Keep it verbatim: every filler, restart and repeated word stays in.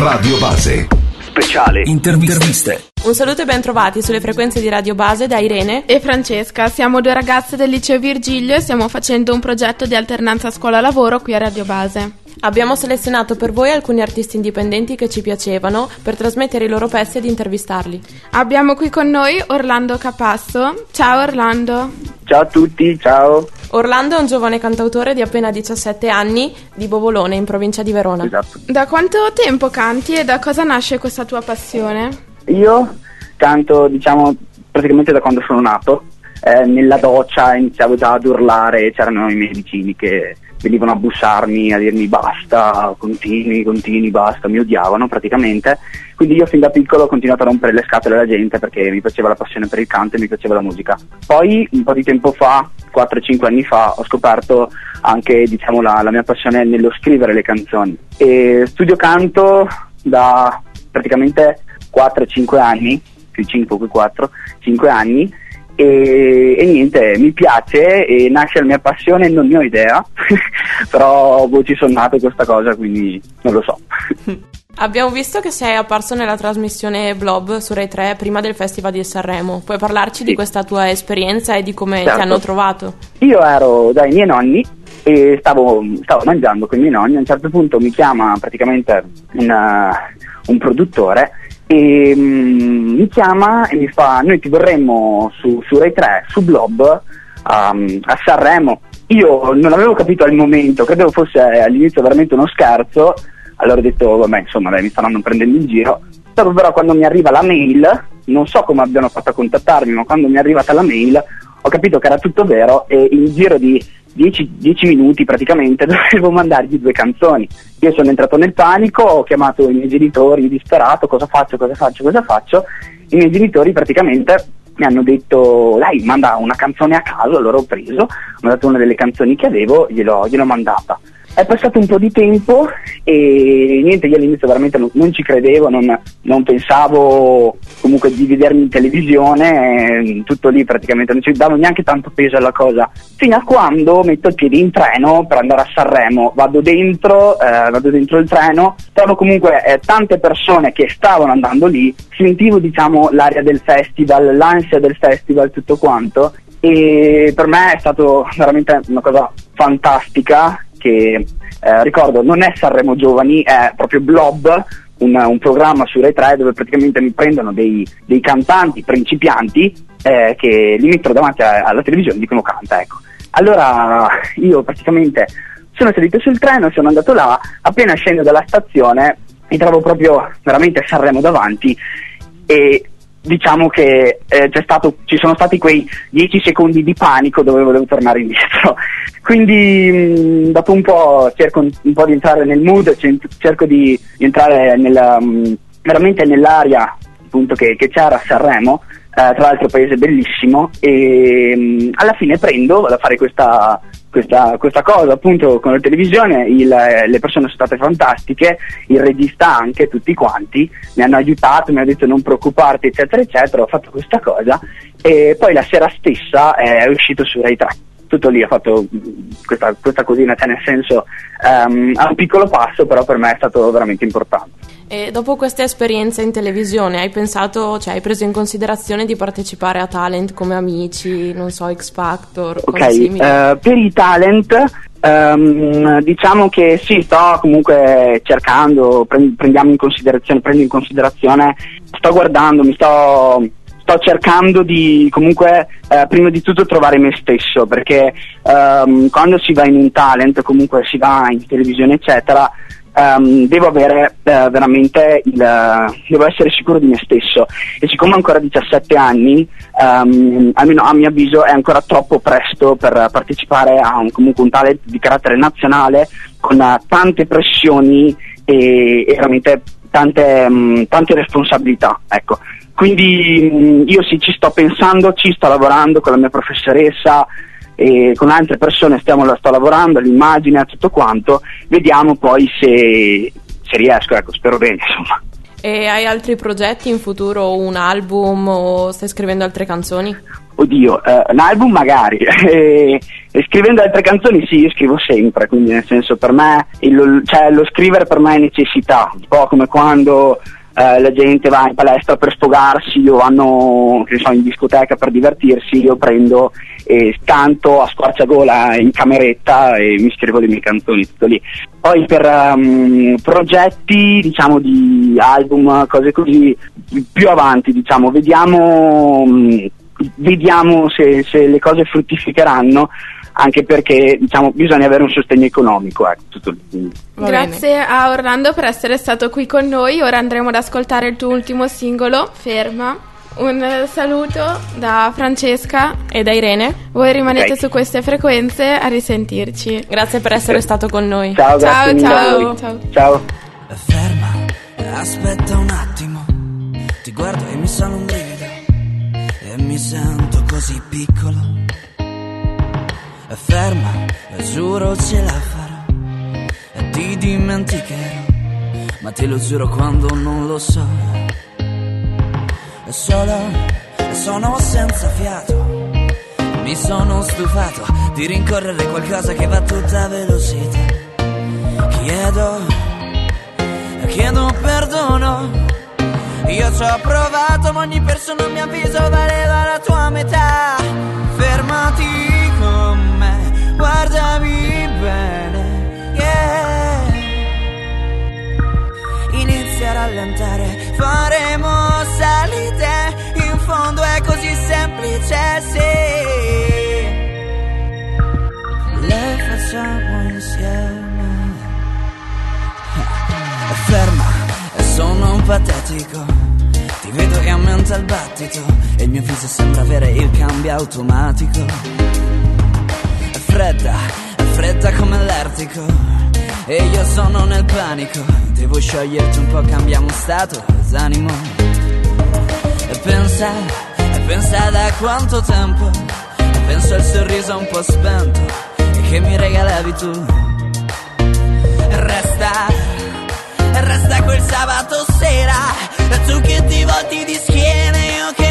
Radio Base. Speciale interviste. Un saluto e ben trovati sulle frequenze di Radio Base da Irene e Francesca. Siamo due ragazze del liceo Virgilio e stiamo facendo un progetto di alternanza scuola-lavoro qui a Radio Base. Abbiamo selezionato per voi alcuni artisti indipendenti che ci piacevano per trasmettere i loro pezzi ed intervistarli. Abbiamo qui con noi Orlando Capasso. Ciao Orlando. Ciao a tutti, ciao. Orlando è un giovane cantautore di appena diciassette anni di Bovolone, in provincia di Verona. Esatto. Da quanto tempo canti e da cosa nasce questa tua passione? Io canto, diciamo, praticamente da quando sono nato. Eh, nella doccia iniziavo già ad urlare, c'erano i miei vicini che venivano a bussarmi, a dirmi basta, continui, continui, basta, mi odiavano praticamente. Quindi io fin da piccolo ho continuato a rompere le scatole alla gente perché mi piaceva la passione per il canto e mi piaceva la musica. Poi un po' di tempo fa, quattro cinque anni fa, ho scoperto anche, diciamo, la, la mia passione nello scrivere le canzoni. E studio canto da praticamente quattro cinque anni, più cinque più quattro, cinque anni. E, e niente, mi piace e nasce la mia passione, non ne ho idea però boh, ci sono nato questa cosa, quindi non lo so. Abbiamo visto che sei apparso nella trasmissione Blob su Rai tre prima del Festival di Sanremo. Puoi parlarci sì. di questa tua esperienza e di come certo. ti hanno trovato? Io ero dai miei nonni e stavo, stavo mangiando con i miei nonni. A un certo punto mi chiama praticamente un, un produttore e um, mi chiama e mi fa: noi ti vorremmo su, su Rai tre, su Blob, um, a Sanremo. Io non avevo capito al momento, credevo fosse all'inizio veramente uno scherzo. Allora ho detto vabbè, insomma dai, mi staranno prendendo in giro. Dopo però quando mi arriva la mail, non so come abbiano fatto a contattarmi, ma quando mi è arrivata la mail ho capito che era tutto vero e in giro di dieci minuti praticamente dovevo mandargli due canzoni. Io sono entrato nel panico, ho chiamato i miei genitori disperato, cosa faccio, cosa faccio, cosa faccio. I miei genitori praticamente mi hanno detto dai, manda una canzone a caso. Allora ho preso, ho mandato una delle canzoni che avevo, gliel'ho, gliel'ho mandata. È passato un po' di tempo e niente, io all'inizio veramente non, non ci credevo, non, non pensavo comunque di vedermi in televisione, eh, tutto lì praticamente, non ci davo neanche tanto peso alla cosa, fino a quando metto il piede in treno per andare a Sanremo. Vado dentro, eh, vado dentro il treno, trovo comunque eh, tante persone che stavano andando lì, sentivo diciamo l'aria del festival, l'ansia del festival, tutto quanto, e per me è stato veramente una cosa fantastica. Che eh, ricordo non è Sanremo Giovani, è proprio Blob, un, un programma su Rai tre dove praticamente mi prendono dei, dei cantanti principianti eh, che li mettono davanti a, alla televisione e dicono canta, ecco. Allora io praticamente sono salito sul treno, sono andato là, appena scendo dalla stazione mi trovo proprio veramente Sanremo davanti e diciamo che eh, c'è stato, ci sono stati quei dieci secondi di panico dove volevo tornare indietro. Quindi mh, dopo un po' cerco un, un po' di entrare nel mood, cerco di, di entrare nella, mh, veramente nell'area appunto che, che c'era a Sanremo, eh, tra l'altro paese bellissimo, e mh, alla fine prendo, vado a fare questa, questa, questa cosa appunto con la televisione. Il, le persone sono state fantastiche, il regista anche, tutti quanti mi hanno aiutato, mi hanno detto non preoccuparti eccetera eccetera. Ho fatto questa cosa e poi la sera stessa è uscito su Rai tre. Tutto lì, ho fatto questa, questa cosina, cioè nel senso um, a un piccolo passo, però per me è stato veramente importante. E dopo queste esperienze in televisione hai pensato, cioè hai preso in considerazione di partecipare a talent come Amici, non so, X Factor? Ok, uh, per i talent um, diciamo che sì, sto comunque cercando, pre- prendiamo in considerazione, prendo in considerazione, sto guardando, mi sto... sto cercando di comunque eh, prima di tutto trovare me stesso, perché ehm, quando si va in un talent, comunque si va in televisione eccetera, ehm, devo avere eh, veramente il, devo essere sicuro di me stesso, e siccome ho ancora diciassette anni, ehm, almeno a mio avviso è ancora troppo presto per partecipare a un, comunque un talent di carattere nazionale con uh, tante pressioni e, e veramente tante, mh, tante responsabilità, ecco. Quindi io sì, ci sto pensando, ci sto lavorando con la mia professoressa e con altre persone stiamo, sto lavorando all'immagine, a tutto quanto, vediamo poi se, se riesco, ecco, spero bene, insomma. E hai altri progetti in futuro, un album o stai scrivendo altre canzoni? Oddio, eh, un album magari, e, e scrivendo altre canzoni sì, io scrivo sempre, quindi nel senso per me, il, cioè, lo scrivere per me è necessità, un po' come quando eh, la gente va in palestra per sfogarsi o vanno, che so, in discoteca per divertirsi, io prendo e canto a squarciagola in cameretta e mi scrivo le mie canzoni, tutto lì. Poi per um, progetti, diciamo, di album, cose così, più avanti, diciamo, vediamo... Um, vediamo se, se le cose fruttificheranno, anche perché, diciamo, bisogna avere un sostegno economico, ecco, tutto lì. Grazie a Orlando per essere stato qui con noi. Ora andremo ad ascoltare il tuo ultimo singolo, Ferma. Un saluto da Francesca e da Irene. Voi rimanete Okay. su queste frequenze, a risentirci. Grazie per essere stato con noi. Ciao, grazie mille a ciao, voi. ciao. Ciao. Ferma, aspetta un attimo, ti guardo e mi sale un brivido e mi sento così piccolo. Ferma, giuro ce la farò e ti dimenticherò, ma te lo giuro quando non lo so. È solo, sono senza fiato, mi sono stufato di rincorrere qualcosa che va a tutta velocità. Chiedo, chiedo perdono. Io ci ho provato, ma ogni persona a mio avviso valeva la tua metà. Fermati con me, guardami bene, yeah. Inizia a rallentare, faremo salite, in fondo è così semplice, sì. Le facciamo insieme. Ferma, sono un patetico, ti vedo e aumenta il battito e il mio viso sembra avere il cambio automatico. È fredda, è fredda come l'Artico e io sono nel panico. Devo scioglierti un po', cambiamo stato d'animo. E pensa, e pensa da quanto tempo, e penso al sorriso un po' spento e che mi regalavi tu. E resta... Resta quel sabato sera, tu che ti volti di schiena, io che